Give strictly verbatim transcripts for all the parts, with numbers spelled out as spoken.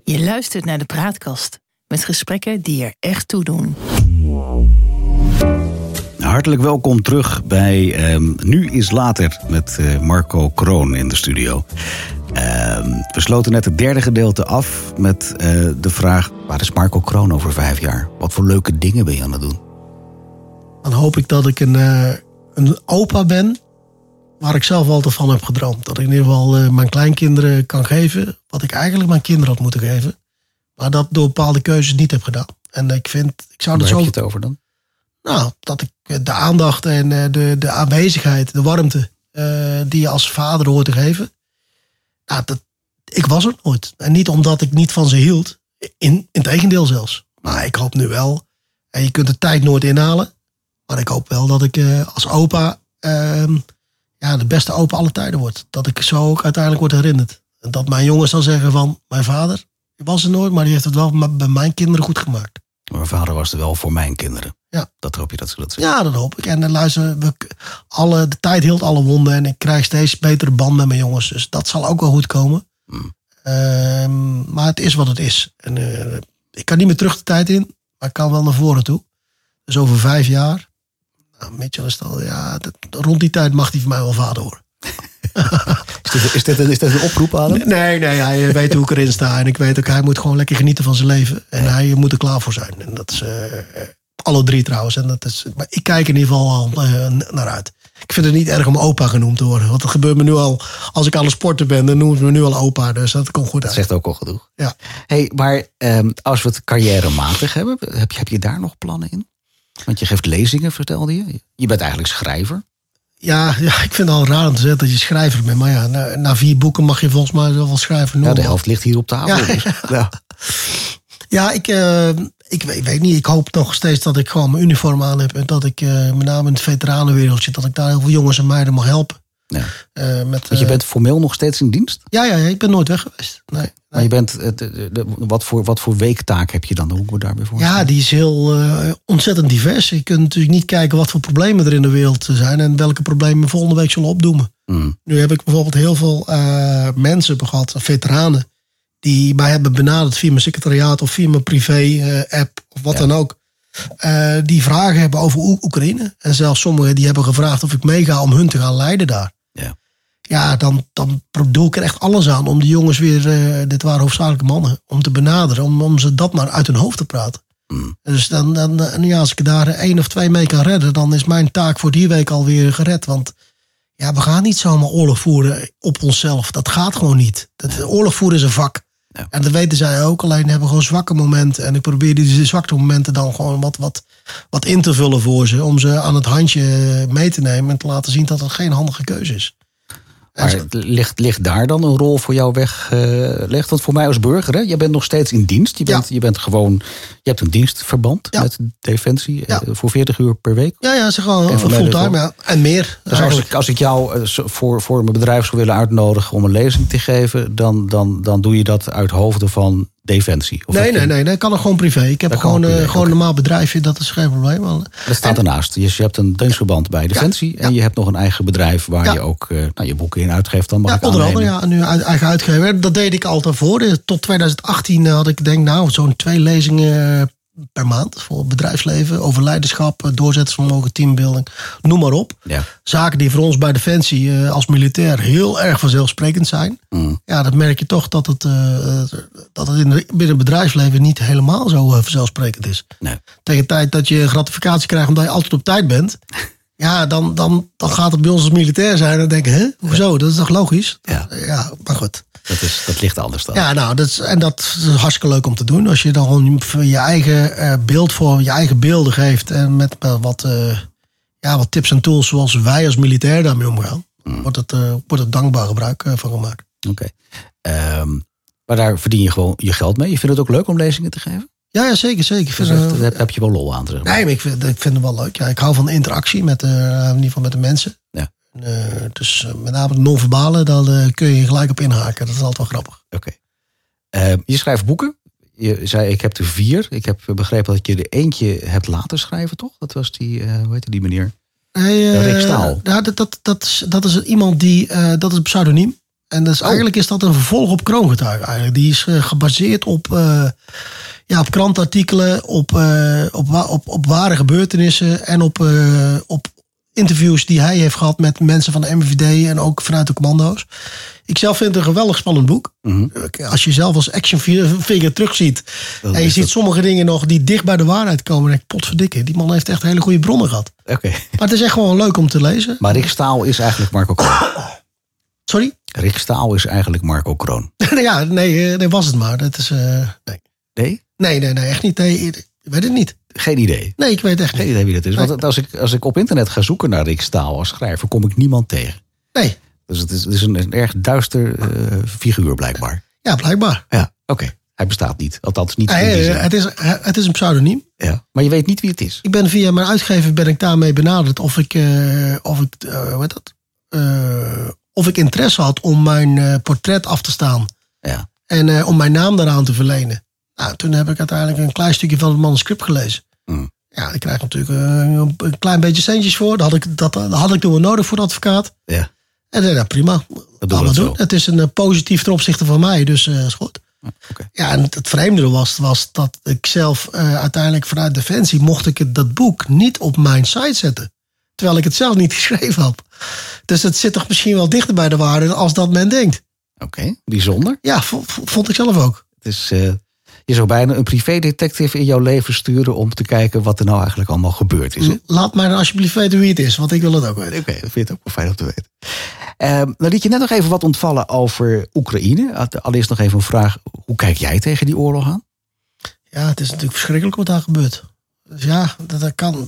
Je luistert naar de Praatkast met gesprekken die er echt toe doen. Hartelijk welkom terug bij um, Nu is Later met uh, Marco Kroon in de studio. Uh, we sloten net het derde gedeelte af met uh, de vraag: waar is Marco Kroon over vijf jaar? Wat voor leuke dingen ben je aan het doen? Dan hoop ik dat ik een, uh, een opa ben waar ik zelf altijd van heb gedroomd. Dat ik in ieder geval uh, mijn kleinkinderen kan geven wat ik eigenlijk mijn kinderen had moeten geven. Maar dat door bepaalde keuzes niet heb gedaan. En ik vind, ik zou dat Waar zo... heb je het over dan? Nou, dat ik de aandacht en de, de aanwezigheid, de warmte uh, die je als vader hoort te geven. Nou, dat, ik was er nooit. En niet omdat ik niet van ze hield. In, in tegendeel zelfs. Maar ik hoop nu wel. En je kunt de tijd nooit inhalen. Maar ik hoop wel dat ik uh, als opa uh, ja, de beste opa alle tijden word. Dat ik zo ook uiteindelijk word herinnerd. En dat mijn jongen zal zeggen van, mijn vader was er nooit, maar die heeft het wel bij mijn kinderen goed gemaakt. Mijn vader was er wel voor mijn kinderen. Ja. Dat hoop je dat ze dat zeggen. Ja, dat hoop ik. En dan luister, we, alle, de tijd hield alle wonden. En ik krijg steeds betere band met mijn jongens. Dus dat zal ook wel goed komen. Hmm. Uh, maar het is wat het is. En, uh, ik kan niet meer terug de tijd in. Maar ik kan wel naar voren toe. Dus over vijf jaar. Nou, Mitchell is al, ja, dat, rond die tijd mag hij voor mij wel vader worden. Is dit, is, dit een, is dit een oproep aan hem? Nee, nee, hij weet hoe ik erin sta. En ik weet ook, hij moet gewoon lekker genieten van zijn leven. En ja. Hij moet er klaar voor zijn. En dat is uh, alle drie trouwens. En dat is, maar ik kijk in ieder geval al uh, naar uit. Ik vind het niet erg om opa genoemd te worden. Want dat gebeurt me nu al, als ik aan het sporten ben, dan noemen ze me nu al opa. Dus dat komt goed dat uit. Dat zegt ook al genoeg. Ja. Hey, maar um, als we het carrièrematig hebben, heb je, heb je daar nog plannen in? Want je geeft lezingen, vertelde je. Je bent eigenlijk schrijver. Ja, ja, ik vind het al raar om te zeggen dat je schrijver bent. Maar ja, na, na vier boeken mag je volgens mij wel schrijver noemen. Ja, de helft ligt hier op tafel. Ja, dus. ja. ja ik, uh, ik, weet, ik weet niet. Ik hoop nog steeds dat ik gewoon mijn uniform aan heb. En dat ik uh, met name in het veteranenwereldje, dat ik daar heel veel jongens en meiden mag helpen. Ja. Uh, met, Want je bent formeel nog steeds in dienst? Ja, ja, ja, ik ben nooit weg geweest. Nee, nee. Maar je bent, de, de, de, wat, voor, wat voor weektaak heb je dan? Hoe moet ik daarbij voorstellen? Ja, die is heel uh, ontzettend divers. Je kunt natuurlijk niet kijken wat voor problemen er in de wereld zijn en welke problemen volgende week zullen opdoemen. Mm. Nu heb ik bijvoorbeeld heel veel uh, mensen gehad, veteranen, die mij hebben benaderd via mijn secretariaat of via mijn privé-app uh, of wat ja. dan ook. Uh, die vragen hebben over o- Oekraïne. En zelfs sommigen die hebben gevraagd of ik meega om hun te gaan leiden daar. Ja. Ja, dan, dan doe ik er echt alles aan om die jongens weer, uh, dit waren hoofdzakelijke mannen, om te benaderen, om, om ze dat maar uit hun hoofd te praten. Mm. Dus dan, dan, ja, als ik daar één of twee mee kan redden, dan is mijn taak voor die week alweer gered. Want ja, we gaan niet zomaar oorlog voeren op onszelf. Dat gaat gewoon niet. Dat, oorlog voeren is een vak. Ja. En dat weten zij ook, alleen hebben we gewoon zwakke momenten. En ik probeer die zwakke momenten dan gewoon wat, wat, wat in te vullen voor ze, om ze aan het handje mee te nemen en te laten zien dat het geen handige keuze is. Maar ligt, ligt daar dan een rol voor jou weggelegd? Uh, Want voor mij als burger, hè, je bent nog steeds in dienst. Je bent, ja. je bent gewoon, je hebt een dienstverband ja. met Defensie ja. uh, voor veertig uur per week. Ja, ja, zeg gewoon fulltime ja. en meer. Dus als ik, als ik jou uh, voor, voor mijn bedrijf zou willen uitnodigen om een lezing te geven, dan, dan, dan doe je dat uit hoofde van Defensie. Of nee, nee, nee, dat kan er gewoon privé. Ik heb gewoon, uh, gewoon okay. een normaal bedrijfje, dat is geen probleem. Dat staat en, ernaast. Je, je hebt een dienstverband bij Defensie ja, ja. en je hebt nog een eigen bedrijf waar ja. je ook uh, nou, je boeken in uitgeeft. Dan mag ja, ik onder aannemen. andere, ja, nu eigen uitgever. Dat deed ik altijd voor. Tot twintig achttien had ik denk nou zo'n twee lezingen per maand voor bedrijfsleven, over leiderschap, doorzettingsvermogen, teambuilding, noem maar op. Ja. Zaken die voor ons bij Defensie uh, als militair heel erg vanzelfsprekend zijn. Mm. Ja, dat merk je toch dat het, uh, dat het in de, binnen het bedrijfsleven niet helemaal zo uh, vanzelfsprekend is. Nee. Tegen de tijd dat je gratificatie krijgt omdat je altijd op tijd bent, ja, dan, dan, dan gaat het bij ons als militair zijn en dan denk je, hè, hoezo? Dat is toch logisch? Ja, ja maar goed. Dat, is, dat ligt anders dan. Ja, nou, dat is, en dat is hartstikke leuk om te doen. Als je dan gewoon je eigen uh, beeldvorm, je eigen beelden geeft. En met uh, wat, uh, ja, wat tips en tools zoals wij als militair daarmee omgaan. Mm. Wordt, het, uh, wordt het dankbaar gebruik uh, van gemaakt. Oké. Okay. Um, maar daar verdien je gewoon je geld mee. Je vindt het ook leuk om lezingen te geven? Ja, ja zeker. zeker. Ik vind, dus daar uh, heb je wel lol aan. Zeg maar. Nee, maar ik vind, ik vind het wel leuk. Ja, ik hou van de interactie met, uh, in ieder geval met de mensen. Ja. Uh, dus uh, met name het non-verbale, daar uh, kun je gelijk op inhaken. Dat is altijd wel grappig. Oké. Okay. Uh, je schrijft boeken. Je zei, ik heb er vier. Ik heb begrepen dat je er eentje hebt laten schrijven, toch? Dat was die, uh, hoe heette die meneer? Hey, uh, Rick Staal. Nou, dat, dat, dat, is, dat is iemand die, uh, dat is een pseudoniem. En dus oh. eigenlijk is dat een vervolg op Kroongetuigen. Eigenlijk. Die is uh, gebaseerd op, uh, ja, op krantartikelen, op, uh, op, op, op ware gebeurtenissen en op, uh, op interviews die hij heeft gehad met mensen van de M V D en ook vanuit de commando's. Ik zelf vind het een geweldig spannend boek. Mm-hmm. Als je zelf als actionfigure terugziet dat en je ziet dat. Sommige dingen nog die dicht bij de waarheid komen, denk ik, potverdikke, die man heeft echt hele goede bronnen gehad. Okay. Maar het is echt gewoon leuk om te lezen. Maar Rick Staal is eigenlijk Marco Kroon. Sorry? Rick Staal is eigenlijk Marco Kroon. ja, nee, dat was het maar. Dat is, uh, nee. nee? Nee, nee, nee, echt niet. Nee, ik weet het niet. Geen idee? Nee, ik weet echt Geen niet. idee wie dat is. Want als ik, als ik op internet ga zoeken naar Rick Staal als schrijver, kom ik niemand tegen. Nee. Dus het is, het is een, een erg duister uh, figuur blijkbaar. Ja, blijkbaar. Ja, oké. Okay. Hij bestaat niet. Althans niet. Nee, het, is, het is een pseudoniem. Ja, maar je weet niet wie het is. Ik ben via mijn uitgever ben ik daarmee benaderd of ik, uh, of ik, uh, hoe heet dat? Uh, of ik interesse had om mijn uh, portret af te staan. Ja. En uh, om mijn naam daaraan te verlenen. Nou, toen heb ik uiteindelijk een klein stukje van het manuscript gelezen. Mm. Ja, ik krijg natuurlijk uh, een klein beetje centjes voor. Dat had ik, dat, dat had ik toen wel nodig voor de advocaat. Ja. En uh, ja, prima. Dat doen we doen. Zo. Het is een uh, positief ten opzichte van mij, dus uh, is goed. Okay. Ja, en het vreemde was, was dat ik zelf uh, uiteindelijk vanuit Defensie mocht ik het, dat boek niet op mijn site zetten. Terwijl ik het zelf niet geschreven had. Dus het zit toch misschien wel dichter bij de waarde als dat men denkt. Oké, okay, bijzonder. Ja, v- vond ik zelf ook. Het is, uh, je zou bijna een privédetective in jouw leven sturen om te kijken wat er nou eigenlijk allemaal gebeurd is. Hè? Laat mij dan alsjeblieft weten wie het is, want ik wil het ook weten. Oké, okay, dat vind ik ook wel fijn om te weten. Uh, nou liet je net nog even wat ontvallen over Oekraïne. Allereerst nog even een vraag. Hoe kijk jij tegen die oorlog aan? Ja, het is natuurlijk verschrikkelijk wat daar gebeurt. Dus ja, dat, dat kan.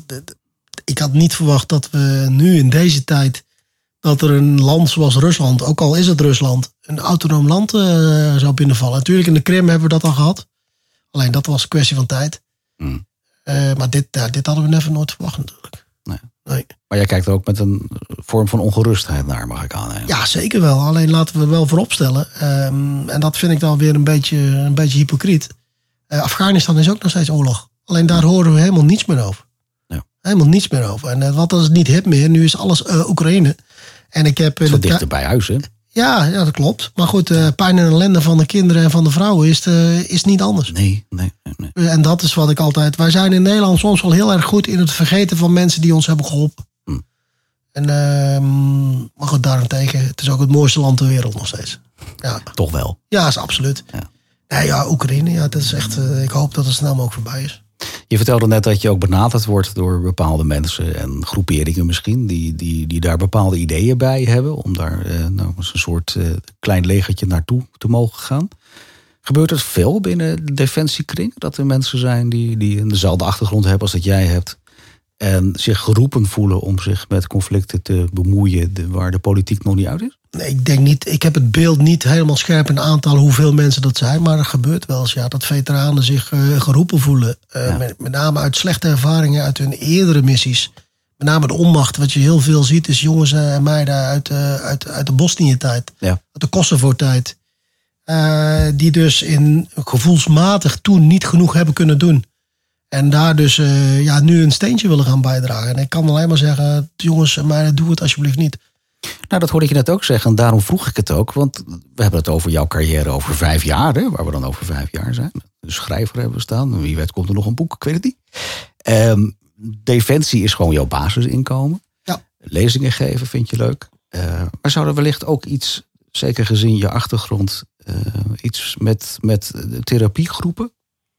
Ik had niet verwacht dat we nu in deze tijd, dat er een land zoals Rusland, ook al is het Rusland, een autonoom land uh, zou binnenvallen. Natuurlijk in de Krim hebben we dat al gehad. Alleen dat was een kwestie van tijd. Mm. Uh, maar dit, uh, dit hadden we never nooit verwacht natuurlijk. Nee. Nee. Maar jij kijkt er ook met een vorm van ongerustheid naar, mag ik aannemen. Ja, zeker wel. Alleen laten we wel vooropstellen. Um, en dat vind ik dan weer een beetje, een beetje hypocriet. Uh, Afghanistan is ook nog steeds oorlog. Alleen daar horen we helemaal niets meer over. Ja. Helemaal niets meer over. En uh, wat is het niet hip meer? Nu is alles uh, Oekraïne. En ik heb... Zo dichter bij huis, hè? Ja, ja, dat klopt. Maar goed, uh, pijn en ellende van de kinderen en van de vrouwen is, uh, is niet anders. Nee, nee, nee, nee. En dat is wat ik altijd... Wij zijn in Nederland soms wel heel erg goed in het vergeten van mensen die ons hebben geholpen. Hm. En, uh, maar goed, daarentegen, het is ook het mooiste land ter wereld nog steeds. Ja. Toch wel? Ja, is absoluut. Ja, nee, ja, Oekraïne, ja, dat is echt... Uh, ik hoop dat het snel mogelijk voorbij is. Je vertelde net dat je ook benaderd wordt door bepaalde mensen en groeperingen misschien, die, die, die daar bepaalde ideeën bij hebben om daar eh, nou, een soort eh, klein legertje naartoe te mogen gaan. Gebeurt het veel binnen de defensiekring? Dat er mensen zijn die, die een dezelfde achtergrond hebben als dat jij hebt en zich geroepen voelen om zich met conflicten te bemoeien de, waar de politiek nog niet uit is? Nee, ik denk niet. Ik heb het beeld niet helemaal scherp in aantal hoeveel mensen dat zijn. Maar er gebeurt wel eens ja, dat veteranen zich uh, geroepen voelen. Uh, ja. met, met name uit slechte ervaringen uit hun eerdere missies. Met name de onmacht. Wat je heel veel ziet is jongens en meiden uit, uh, uit, uit de Bosnië-tijd. Ja. Uit de Kosovo-tijd. Uh, die dus in gevoelsmatig toen niet genoeg hebben kunnen doen. En daar dus uh, ja, nu een steentje willen gaan bijdragen. En ik kan alleen maar zeggen, jongens en meiden, doe het alsjeblieft niet. Nou, dat hoorde ik je net ook zeggen en daarom vroeg ik het ook. Want we hebben het over jouw carrière over vijf jaar, hè, waar we dan over vijf jaar zijn. De schrijver hebben we staan, wie weet komt er nog een boek, ik weet het niet. Um, defensie is gewoon jouw basisinkomen. Ja. Lezingen geven vind je leuk. Uh, maar zou er wellicht ook iets, zeker gezien je achtergrond, uh, iets met, met therapiegroepen?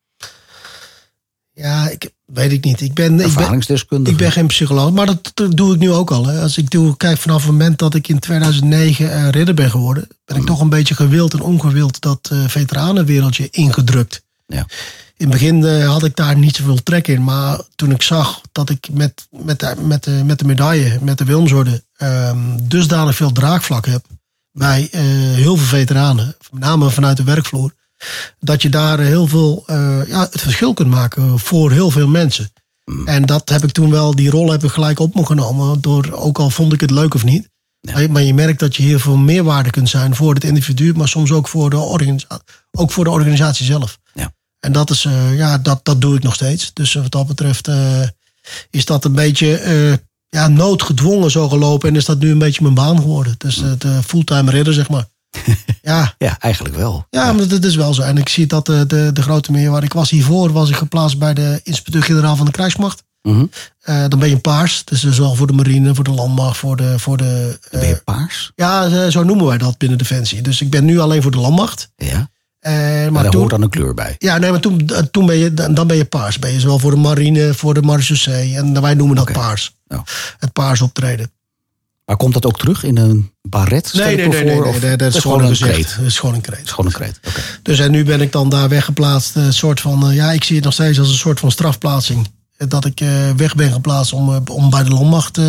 Ja, ik weet ik niet. Ik ben, ervaringsdeskundige. Ik ben, ik ben geen psycholoog, maar dat, dat doe ik nu ook al. Hè. Als ik doe, kijk vanaf het moment dat ik in tweeduizend negen uh, ridder ben geworden, ben ik mm. toch een beetje gewild en ongewild dat uh, veteranenwereldje ingedrukt. Ja. In het begin uh, had ik daar niet zoveel trek in, maar toen ik zag dat ik met, met, de, met, de, met de medaille, met de Wilmsorde, uh, dusdanig veel draagvlak heb bij uh, heel veel veteranen, met name vanuit de werkvloer, dat je daar heel veel uh, ja, het verschil kunt maken voor heel veel mensen. Mm. En dat heb ik toen wel, die rol heb ik gelijk op me genomen. Door, ook al vond ik het leuk of niet. Ja. Maar je merkt dat je hier veel meerwaarde kunt zijn voor het individu, maar soms ook voor de, organisa- ook voor de organisatie zelf. Ja. En dat is, uh, ja, dat, dat doe ik nog steeds. Dus wat dat betreft uh, is dat een beetje uh, ja, noodgedwongen zo gelopen. En is dat nu een beetje mijn baan geworden. Dus uh, de fulltime ridder, zeg maar. Ja. Ja, eigenlijk wel. Ja, ja, maar dat is wel zo. En ik zie dat de, de, de grote meer waar ik was hiervoor, was ik geplaatst bij de inspecteur-generaal van de Krijgsmacht. Mm-hmm. Uh, dan ben je paars. Dus zowel voor de marine, voor de landmacht, voor de... Voor de uh, ben je paars? Ja, zo noemen wij dat binnen Defensie. Dus ik ben nu alleen voor de landmacht. Ja. Uh, maar maar daar toen, hoort dan een kleur bij. Ja, nee, maar toen, toen ben je, dan ben je paars. Ben je zowel voor de marine, voor de marechaussee. En wij noemen dat okay. paars. Oh. Het paars optreden. Maar komt dat ook terug in een baret? Nee, nee, nee, nee, nee, nee, dat is gewoon een kreet. Dat is gewoon een kreet. Gewoon een kreet. Okay. Dus en nu ben ik dan daar weggeplaatst. Een soort van, ja, ik zie het nog steeds als een soort van strafplaatsing. Dat ik uh, weg ben geplaatst om, uh, om bij de landmacht uh,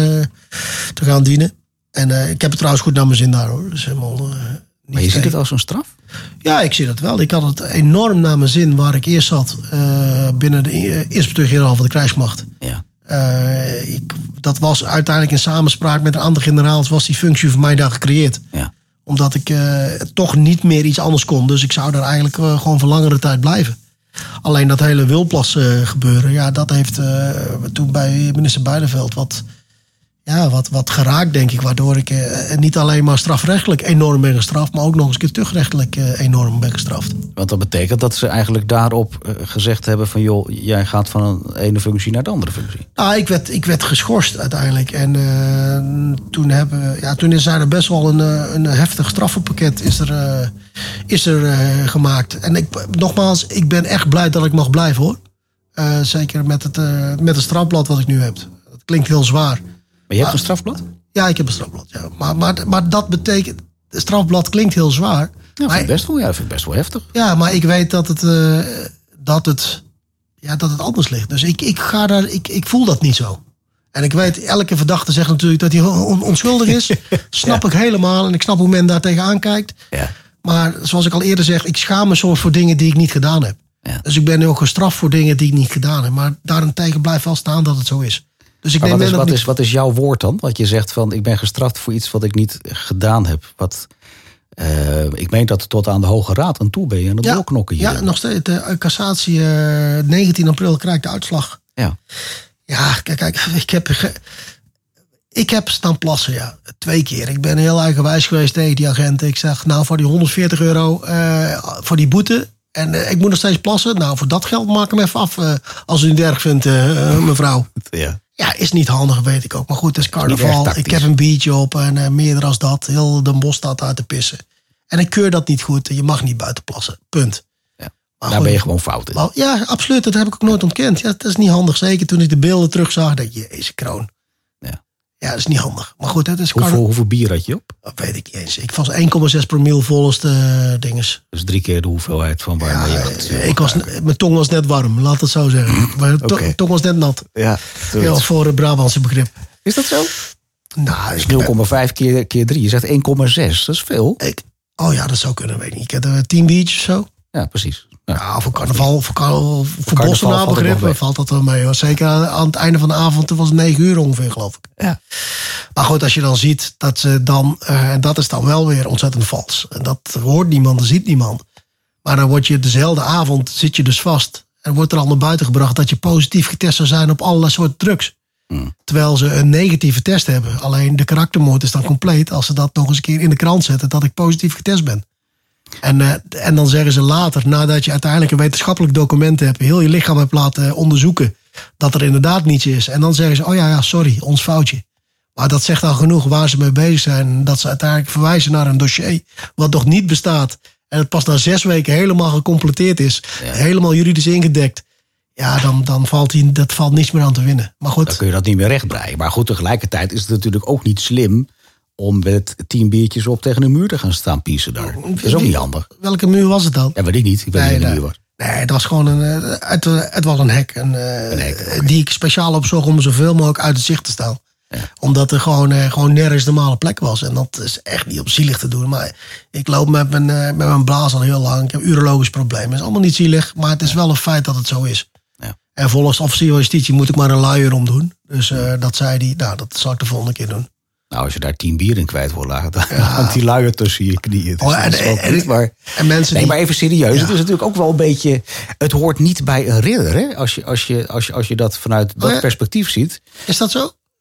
te gaan dienen. En uh, ik heb het trouwens goed naar mijn zin daar hoor. Dus helemaal, uh, niet maar je ziet het als een straf? Ja, ik zie dat wel. Ik had het enorm naar mijn zin waar ik eerst zat. Uh, binnen de uh, inspecteur-generaal van de Krijgsmacht. Ja. Uh, ik, dat was uiteindelijk in samenspraak met een aantal generaals. Was die functie voor mij daar gecreëerd. Ja. Omdat ik uh, toch niet meer iets anders kon. Dus ik zou daar eigenlijk uh, gewoon voor langere tijd blijven. Alleen dat hele Wilplas uh, gebeuren, ja, dat heeft uh, toen bij minister Bijleveld wat, ja, wat, wat geraakt, denk ik. Waardoor ik uh, niet alleen maar strafrechtelijk enorm ben gestraft, maar ook nog eens een keer terugrechtelijk uh, enorm ben gestraft. Want dat betekent dat ze eigenlijk daarop uh, gezegd hebben van joh, jij gaat van een ene functie naar de andere functie. Nou, ik werd, ik werd geschorst uiteindelijk. En uh, toen, hebben, ja, toen is er best wel een, een heftig straffenpakket is er, uh, is er uh, gemaakt. En ik, nogmaals, ik ben echt blij dat ik mag blijven hoor. Uh, zeker met het, uh, met het strafblad wat ik nu heb. Dat klinkt heel zwaar. Maar je hebt een strafblad? Ja, ik heb een strafblad. Ja. Maar, maar, maar dat betekent... Het strafblad klinkt heel zwaar. Ja, vind ik best wel, ja, vind ik best wel heftig. Ja, maar ik weet dat het, uh, dat het, ja, dat het anders ligt. Dus ik, ik, ga daar, ik, ik voel dat niet zo. En ik weet, elke verdachte zegt natuurlijk dat hij on, onschuldig is. Snap ja. ik helemaal. En ik snap hoe men daar tegenaan kijkt. Ja. Maar zoals ik al eerder zeg, ik schaam me soms voor dingen die ik niet gedaan heb. Ja. Dus ik ben nu ook gestraft voor dingen die ik niet gedaan heb. Maar daarentegen blijft wel staan dat het zo is. Dus ik maar neem wat, is, wat, niet... is, wat is jouw woord dan? Want je zegt van ik ben gestraft voor iets wat ik niet gedaan heb. Wat, uh, ik meen dat tot aan de Hoge Raad aan toe ben je aan het ja, doorknokken hier. Ja, nog steeds. De cassatie uh, negentien april krijg ik de uitslag. Ja, ja kijk, kijk ik, heb, ik heb staan plassen, ja. Twee keer. Ik ben heel eigenwijs geweest tegen die agenten. Ik zeg, nou voor die honderdveertig euro uh, voor die boete. En uh, ik moet nog steeds plassen. Nou, voor dat geld maak ik hem even af. Uh, als u het erg vindt, uh, mevrouw. Ja. Ja, is niet handig, weet ik ook. Maar goed, het is carnaval. Is ik heb een biertje op en uh, meer dan dat. Heel Den Bosch staat uit te pissen. En ik keur dat niet goed. Je mag niet buiten plassen. Punt. Ja. Daar goed, ben je gewoon fout in. Wel, ja, absoluut. Dat heb ik ook nooit ontkend. Ja, dat is niet handig. Zeker toen ik de beelden terugzag. Dat je, jezus kroon. Ja. Ja, dat is niet handig. Maar goed, het is hoeveel, carna- hoeveel bier had je op? Dat weet ik niet eens. Ik was één komma zes promil volste uh, dinges. Dus drie keer de hoeveelheid van waar ja, je had. Ik was, mijn tong was net warm, laat het zo zeggen. Mijn to- okay. tong was net nat. Ja, ja, voor een Brabantse begrip. Is dat zo? Nou, dus nul komma vijf keer, keer drie. Je zegt één komma zes. Dat is veel. Ik, oh ja, dat zou kunnen, weet ik niet. Ik heb er tien biertjes of zo. Ja, ja precies. Ja, nou, voor carnaval, voor, carnaval, voor Bossenaar valt dat wel mee. Hoor. Zeker aan het einde van de avond, was het negen uur ongeveer, geloof ik. Ja. Maar goed, als je dan ziet dat ze dan, uh, en dat is dan wel weer ontzettend vals. En dat hoort niemand, dat ziet niemand. Maar dan word je dezelfde avond, zit je dus vast. En wordt er al naar buiten gebracht dat je positief getest zou zijn op allerlei soorten drugs. Hmm. Terwijl ze een negatieve test hebben. Alleen de karaktermoord is dan compleet als ze dat nog eens een keer in de krant zetten dat ik positief getest ben. En, uh, en dan zeggen ze later, nadat je uiteindelijk een wetenschappelijk document hebt, heel je lichaam hebt laten onderzoeken, dat er inderdaad niets is. En dan zeggen ze, oh ja, ja, sorry, ons foutje. Maar dat zegt al genoeg waar ze mee bezig zijn. Dat ze uiteindelijk verwijzen naar een dossier wat nog niet bestaat. En het pas na zes weken helemaal gecompleteerd is. Ja. Helemaal juridisch ingedekt. Ja, dan, dan valt die, dat valt niets meer aan te winnen. Maar goed. Dan kun je dat niet meer rechtbreien. Maar goed, tegelijkertijd is het natuurlijk ook niet slim om met tien biertjes op tegen een muur te gaan staan piezen daar. Dat is ook niet handig. Welke muur was het dan? Ja, weet ik niet. Ik weet nee, niet nee. de muur was. Nee, het was gewoon een, het, het was een hek. Een, een hek okay. Die ik speciaal opzocht om zoveel mogelijk uit het zicht te staan. Ja. Omdat er gewoon, uh, gewoon nergens normale plek was. En dat is echt niet op zielig te doen. Maar ik loop met mijn, uh, met mijn blaas al heel lang. Ik heb urologisch problemen. Het is allemaal niet zielig. Maar het is wel een feit dat het zo is. Ja. En volgens de officier van justitie moet ik maar een luier om doen. Dus uh, dat zei hij. Nou, dat zal ik de volgende keer doen. Nou, als je daar tien bier in kwijt wil laten, dan ja. hangt die luier tussen je knieën. Dus oh, en, en, en, niet, maar, en mensen nee, die, maar even serieus. Ja. Het is natuurlijk ook wel een beetje. Het hoort niet bij een ridder, hè? Als je, als je, als je, als je dat vanuit dat oh, ja. perspectief ziet. Is dat zo?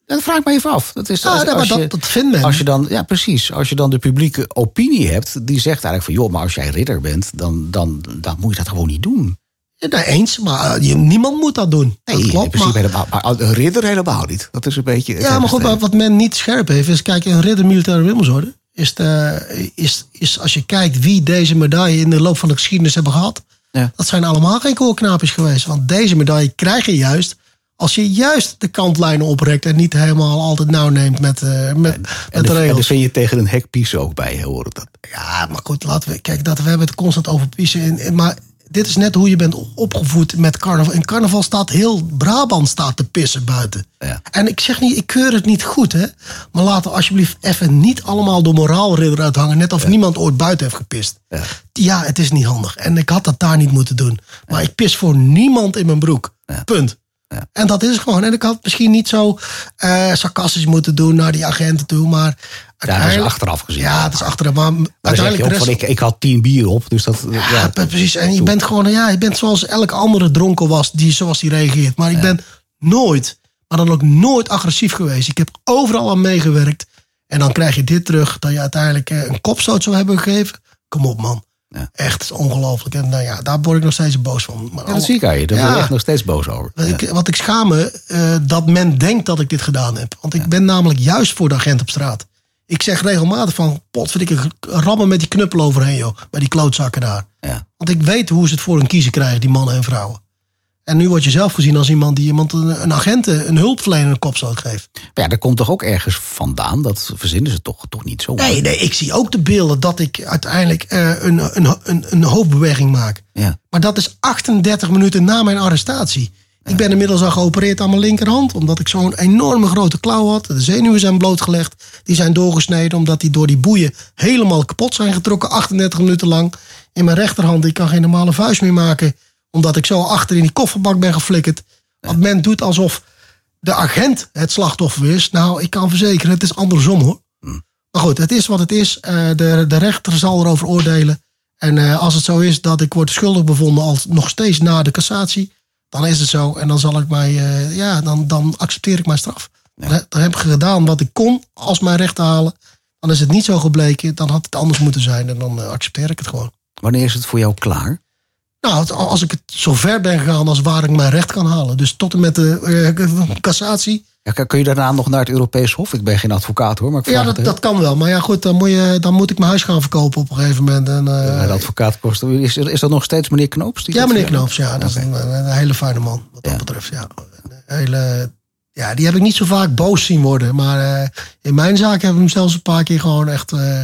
Dat vraag ik me even af. Dat is, ja, als, nee, als maar je, dat, dat vindt men. Als je dan, ja, precies. Als je dan de publieke opinie hebt, die zegt eigenlijk van, joh, maar als jij ridder bent, dan, dan, dan moet je dat gewoon niet doen. Ja, nee, eens, maar uh, niemand moet dat doen. Nee, dat klopt, in principe maar, helemaal, maar een ridder helemaal niet. Dat is een beetje. Het ja, maar goed, maar wat men niet scherp heeft, is kijk, een ridder militaire willemsorde is, de, is, is als je kijkt wie deze medaille in de loop van de geschiedenis hebben gehad, ja. dat zijn allemaal geen koorknaapjes geweest. Want deze medaille krijg je juist als je juist de kantlijnen oprekt en niet helemaal altijd nauw neemt met, uh, met, en, met en de, de regels. En dan vind je tegen een hek piezen ook bij, horen dat. Ja, maar goed, laten we kijk, dat we hebben het constant over piezen. In, in, maar dit is net hoe je bent opgevoed met carnaval. In carnaval staat heel Brabant staat te pissen buiten. Ja. En ik zeg niet, ik keur het niet goed, hè. Maar laten we alsjeblieft even niet allemaal de moraalridder uithangen. Net of ja. niemand ooit buiten heeft gepist. Ja. ja, het is niet handig. En ik had dat daar niet moeten doen. Maar ja. ik pis voor niemand in mijn broek. Ja. Punt. Ja. En dat is het gewoon. En ik had misschien niet zo uh, sarcastisch moeten doen naar die agenten toe. Maar ja, dat is achteraf gezien. Ja, het is achteraf. Maar, maar uiteindelijk rest... van, ik, ik had tien bier op. Dus dat, ja, ja, precies. En je bent gewoon, ja, je bent zoals elke andere dronken was, die, zoals die reageert. Maar ik ja. ben nooit, maar dan ook nooit agressief geweest. Ik heb overal aan meegewerkt. En dan krijg je dit terug, dat je uiteindelijk een kopstoot zou hebben gegeven. Kom op, man. Ja. Echt ongelooflijk. En nou ja, daar word ik nog steeds boos van. Maar ja, dat zie ik aan je. Daar ja, word ik echt nog steeds boos over. Wat, ja. ik, wat ik schaam me, uh, dat men denkt dat ik dit gedaan heb. Want ik ja. ben namelijk juist voor de agent op straat. Ik zeg regelmatig van, potverdikke, rammen met die knuppel overheen, joh. Bij die klootzakken daar. Ja. Want ik weet hoe ze het voor hun kiezen krijgen, die mannen en vrouwen. En nu word je zelf gezien als iemand die iemand een, een agent, een hulpverlener een kopstoot geeft. Maar ja, dat komt toch ook ergens vandaan? Dat verzinnen ze toch, toch niet zo? Nee, nee, ik zie ook de beelden dat ik uiteindelijk uh, een, een, een, een hoofdbeweging maak. Ja. Maar dat is achtendertig minuten na mijn arrestatie. Ja. Ik ben inmiddels al geopereerd aan mijn linkerhand, omdat ik zo'n enorme grote klauw had. De zenuwen zijn blootgelegd, die zijn doorgesneden, omdat die door die boeien helemaal kapot zijn getrokken, achtendertig minuten lang. In mijn rechterhand, ik kan geen normale vuist meer maken, omdat ik zo achter in die kofferbak ben geflikkerd. Ja. Want men doet alsof de agent het slachtoffer is. Nou, ik kan verzekeren, het is andersom, hoor. Hm. Maar goed, het is wat het is. Uh, de, de rechter zal erover oordelen. En uh, als het zo is dat ik word schuldig bevonden, als nog steeds na de cassatie, dan is het zo. En dan zal ik mij, uh, ja, dan, dan accepteer ik mijn straf. Ja. Dan, dan heb ik gedaan wat ik kon als mijn recht te halen. Dan is het niet zo gebleken, dan had het anders moeten zijn. En dan uh, accepteer ik het gewoon. Wanneer is het voor jou klaar? Nou, als ik het zo ver ben gegaan als waar ik mijn recht kan halen. Dus tot en met de uh, cassatie. Ja, kun je daarna nog naar het Europees Hof? Ik ben geen advocaat, hoor. Maar ik ja, dat, dat kan wel. Maar ja, goed, dan moet, je, dan moet ik mijn huis gaan verkopen op een gegeven moment. En, uh, ja, de advocaat kost. Is, is dat nog steeds meneer Knoops? Ja, meneer Knoops, ja. Dat okay. is een, een hele fijne man, wat dat ja. betreft. Ja. Een hele, ja, die heb ik niet zo vaak boos zien worden. Maar uh, in mijn zaak heb ik hem zelfs een paar keer gewoon echt, uh,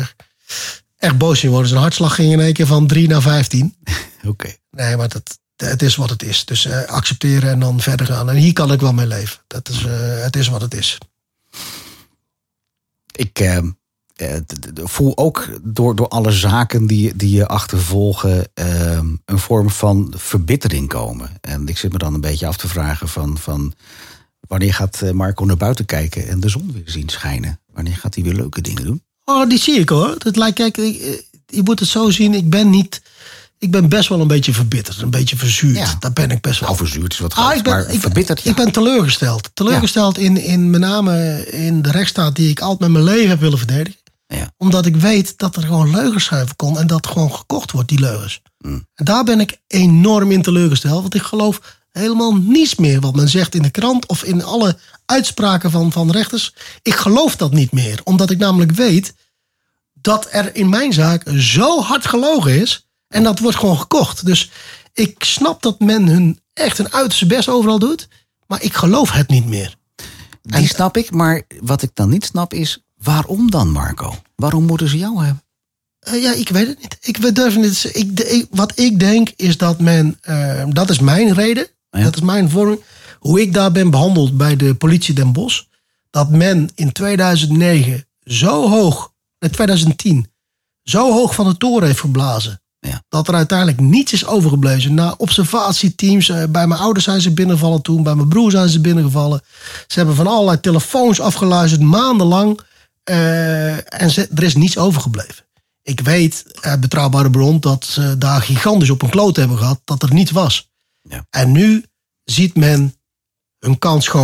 echt boos zien worden. Zijn hartslag ging in één keer van drie naar vijftien. Oké. Okay. Nee, maar dat, het is wat het is. Dus uh, accepteren en dan verder gaan. En hier kan ik wel mee leven. Dat is, uh, het is wat het is. Ik uh, uh, voel ook door, door alle zaken die, die je achtervolgen uh, een vorm van verbittering komen. En ik zit me dan een beetje af te vragen van, van wanneer gaat Marco naar buiten kijken en de zon weer zien schijnen? Wanneer gaat hij weer leuke dingen doen? Oh, die zie ik, hoor. Het lijkt, kijk, je moet het zo zien. Ik ben niet... Ik ben best wel een beetje verbitterd, een beetje verzuurd. Ja. Daar ben ik best wel. Nou, verzuurd is wat groot, ah, ik ben, maar ik, verbitterd, ja. Ik ben teleurgesteld. Teleurgesteld ja. in, in met name in de rechtsstaat die ik altijd met mijn leven heb willen verdedigen. Ja. Omdat ik weet dat er gewoon leugens zijn komt en dat gewoon gekocht wordt, die leugens. Mm. En daar ben ik enorm in teleurgesteld. Want ik geloof helemaal niets meer wat men zegt in de krant of in alle uitspraken van, van rechters. Ik geloof dat niet meer. Omdat ik namelijk weet dat er in mijn zaak zo hard gelogen is. En dat wordt gewoon gekocht. Dus ik snap dat men hun echt een uiterste best overal doet. Maar ik geloof het niet meer. Die en, snap ik. Maar wat ik dan niet snap is, waarom dan, Marco? Waarom moeten ze jou hebben? Uh, ja, ik weet het niet. Ik durf niet. Ik, ik, wat ik denk is dat men... Uh, dat is mijn reden. Ja. Dat is mijn vorming. Hoe ik daar ben behandeld bij de politie Den Bosch. Dat men in tweeduizend negen zo hoog... In tweeduizend tien zo hoog van de toren heeft geblazen. Ja. Dat er uiteindelijk niets is overgebleven. Na observatieteams, bij mijn ouders zijn ze binnengevallen toen. Bij mijn broer zijn ze binnengevallen. Ze hebben van allerlei telefoons afgeluisterd, maandenlang. Uh, en ze, er is niets overgebleven. Ik weet, uit betrouwbare bron, dat ze daar gigantisch op een kloot hebben gehad. Dat er niets was. Ja. En nu ziet men hun kans gewoon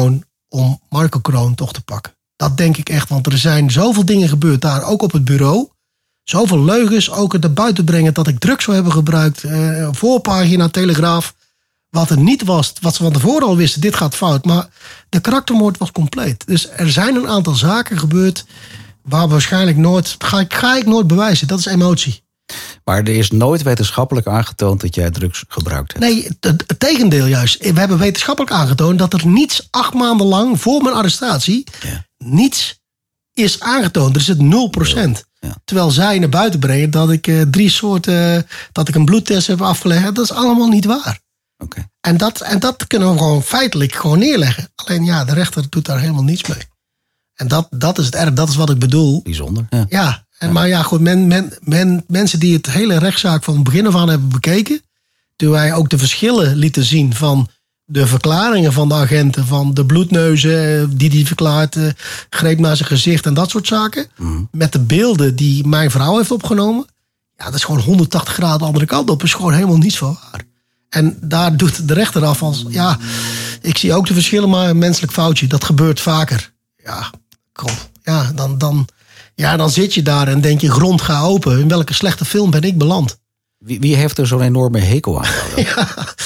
om Marco Kroon toch te pakken. Dat denk ik echt, want er zijn zoveel dingen gebeurd daar, ook op het bureau. Zoveel leugens, ook het naar buiten brengen dat ik drugs zou hebben gebruikt. Uh, voorpagina, Telegraaf. Wat er niet was, wat ze van tevoren al wisten, dit gaat fout. Maar de karaktermoord was compleet. Dus er zijn een aantal zaken gebeurd waar waarschijnlijk nooit, ga ik, ga ik nooit bewijzen. Dat is emotie. Maar er is nooit wetenschappelijk aangetoond dat jij drugs gebruikt hebt. Nee, het, het tegendeel juist. We hebben wetenschappelijk aangetoond dat er niets acht maanden lang voor mijn arrestatie, ja. niets is aangetoond. Er is het nul procent. Ja. Terwijl zij naar buiten brengen dat ik uh, drie soorten, uh, dat ik een bloedtest heb afgelegd. Dat is allemaal niet waar. Okay. En, dat, en dat kunnen we gewoon feitelijk gewoon neerleggen. Alleen ja, de rechter doet daar helemaal niets mee. En dat, dat is het erg, dat is wat ik bedoel. Bijzonder. Ja, ja, en, ja. maar ja, goed, men, men, men, mensen die het hele rechtszaak van het begin af aan hebben bekeken, toen wij ook de verschillen lieten zien van de verklaringen van de agenten, van de bloedneuzen die die verklaart, uh, greep naar zijn gezicht en dat soort zaken. Mm. Met de beelden die mijn vrouw heeft opgenomen. Ja, dat is gewoon honderdtachtig graden de andere kant op. Dat is gewoon helemaal niets van waar. En daar doet de rechter af als, ja, ik zie ook de verschillen, maar een menselijk foutje. Dat gebeurt vaker. Ja, kom. Ja, dan, dan, ja, dan zit je daar en denk je, grond ga open. In welke slechte film ben ik beland? Wie, wie heeft er zo'n enorme hekel aan? ja,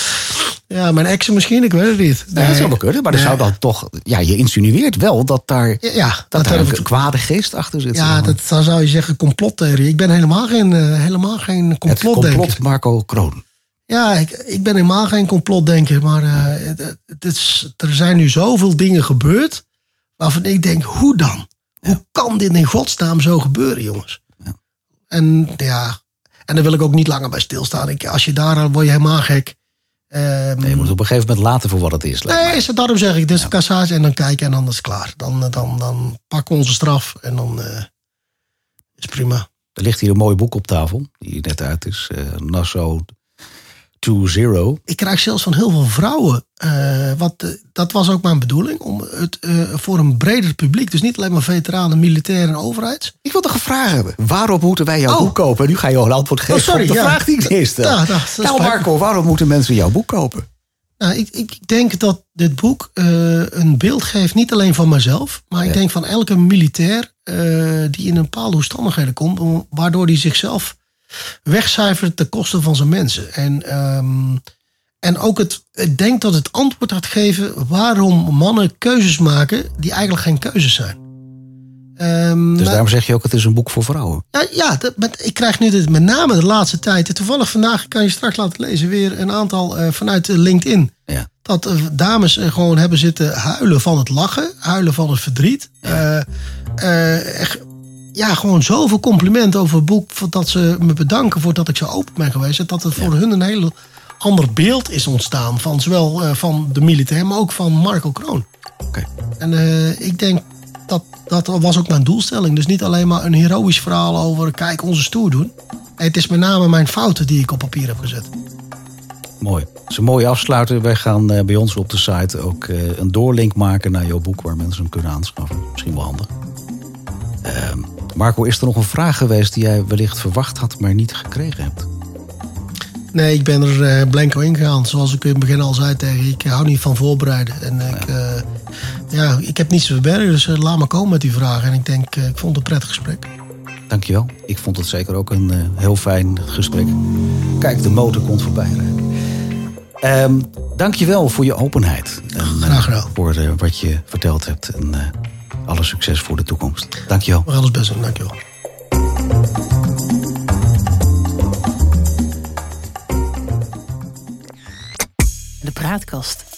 ja, mijn exen misschien, ik weet het niet. Nee, dat zou wel kunnen, maar nee. Er zou dan toch, ja, je insinueert wel dat daar, ja, ja, dat dat daar een ik... kwade geest achter zit. Ja, dat, dan zou je zeggen complottheorie. Ik ben helemaal geen, uh, helemaal geen complotdenker. Het complot Marco Kroon. Ja, ik, ik ben helemaal geen complotdenker, maar uh, het, het is, er zijn nu zoveel dingen gebeurd waarvan ik denk, hoe dan? Ja. Hoe kan dit in godsnaam zo gebeuren, jongens? Ja. En ja, en daar wil ik ook niet langer bij stilstaan. Ik, als je daar word je helemaal gek. Um, nee, je moet op een gegeven moment laten voor wat het is. Nee, is het, daarom zeg ik, dit is ja. cassage en dan kijken en dan is het klaar. Dan, dan, dan pakken we onze straf en dan uh, is prima. Er ligt hier een mooi boek op tafel, die net uit is. Uh, Nassau to Zero. Ik krijg zelfs van heel veel vrouwen. Uh, wat, uh, dat was ook mijn bedoeling. Om het uh, voor een breder publiek. Dus niet alleen maar veteranen, militairen en overheids. Ik wil toch een vraag hebben. Waarom moeten wij jouw oh. boek kopen? En nu ga je al een antwoord geven oh, sorry, op de ja. vraag die ik eerst stel. Ja, nou, nou Marco, waarom moeten mensen jouw boek kopen? Nou, ik, ik denk dat dit boek uh, een beeld geeft. Niet alleen van mezelf. Maar ja. ik denk van elke militair uh, die in een bepaalde omstandigheden komt. Om, waardoor hij zichzelf wegcijfert ten koste van zijn mensen. En, um, en ook het, ik denk dat het antwoord gaat geven waarom mannen keuzes maken die eigenlijk geen keuzes zijn. Um, dus maar, daarom zeg je ook, het is een boek voor vrouwen. Ja, ja dat, met, ik krijg nu dit, met name de laatste tijd. Toevallig vandaag kan je straks laten lezen weer een aantal uh, vanuit LinkedIn. Ja. Dat uh, dames uh, gewoon hebben zitten huilen van het lachen, huilen van het verdriet. Ja. Uh, uh, echt, Ja, gewoon zoveel complimenten over het boek. Dat ze me bedanken voor dat ik zo open ben geweest. Dat het voor ja. hun een heel ander beeld is ontstaan. Van zowel uh, van de militair, maar ook van Marco Kroon. Okay. En uh, ik denk dat dat was ook mijn doelstelling. Dus niet alleen maar een heroïsch verhaal over kijk onze stoer doen. Het is met name mijn fouten die ik op papier heb gezet. Mooi. Dat is een mooie afsluiter. Wij gaan uh, bij ons op de site ook uh, een doorlink maken naar jouw boek waar mensen hem kunnen aanschaffen. Misschien wel handig. Uh, Marco, is er nog een vraag geweest die jij wellicht verwacht had, maar niet gekregen hebt? Nee, ik ben er uh, blanco ingegaan. Zoals ik in het begin al zei tegen je, ik hou niet van voorbereiden. En ja. Ik, uh, ja, ik heb niets te verbergen, dus uh, laat me komen met die vragen. En ik denk, uh, ik vond het een prettig gesprek. Dankjewel. Ik vond het zeker ook een uh, heel fijn gesprek. Kijk, de motor komt voorbij rijden. Um, dankjewel voor je openheid. En, Graag gedaan. Uh, voor uh, wat je verteld hebt. En uh, alle succes voor de toekomst. Dankjewel. We gaan ons best doen, dankjewel. De Praatkast.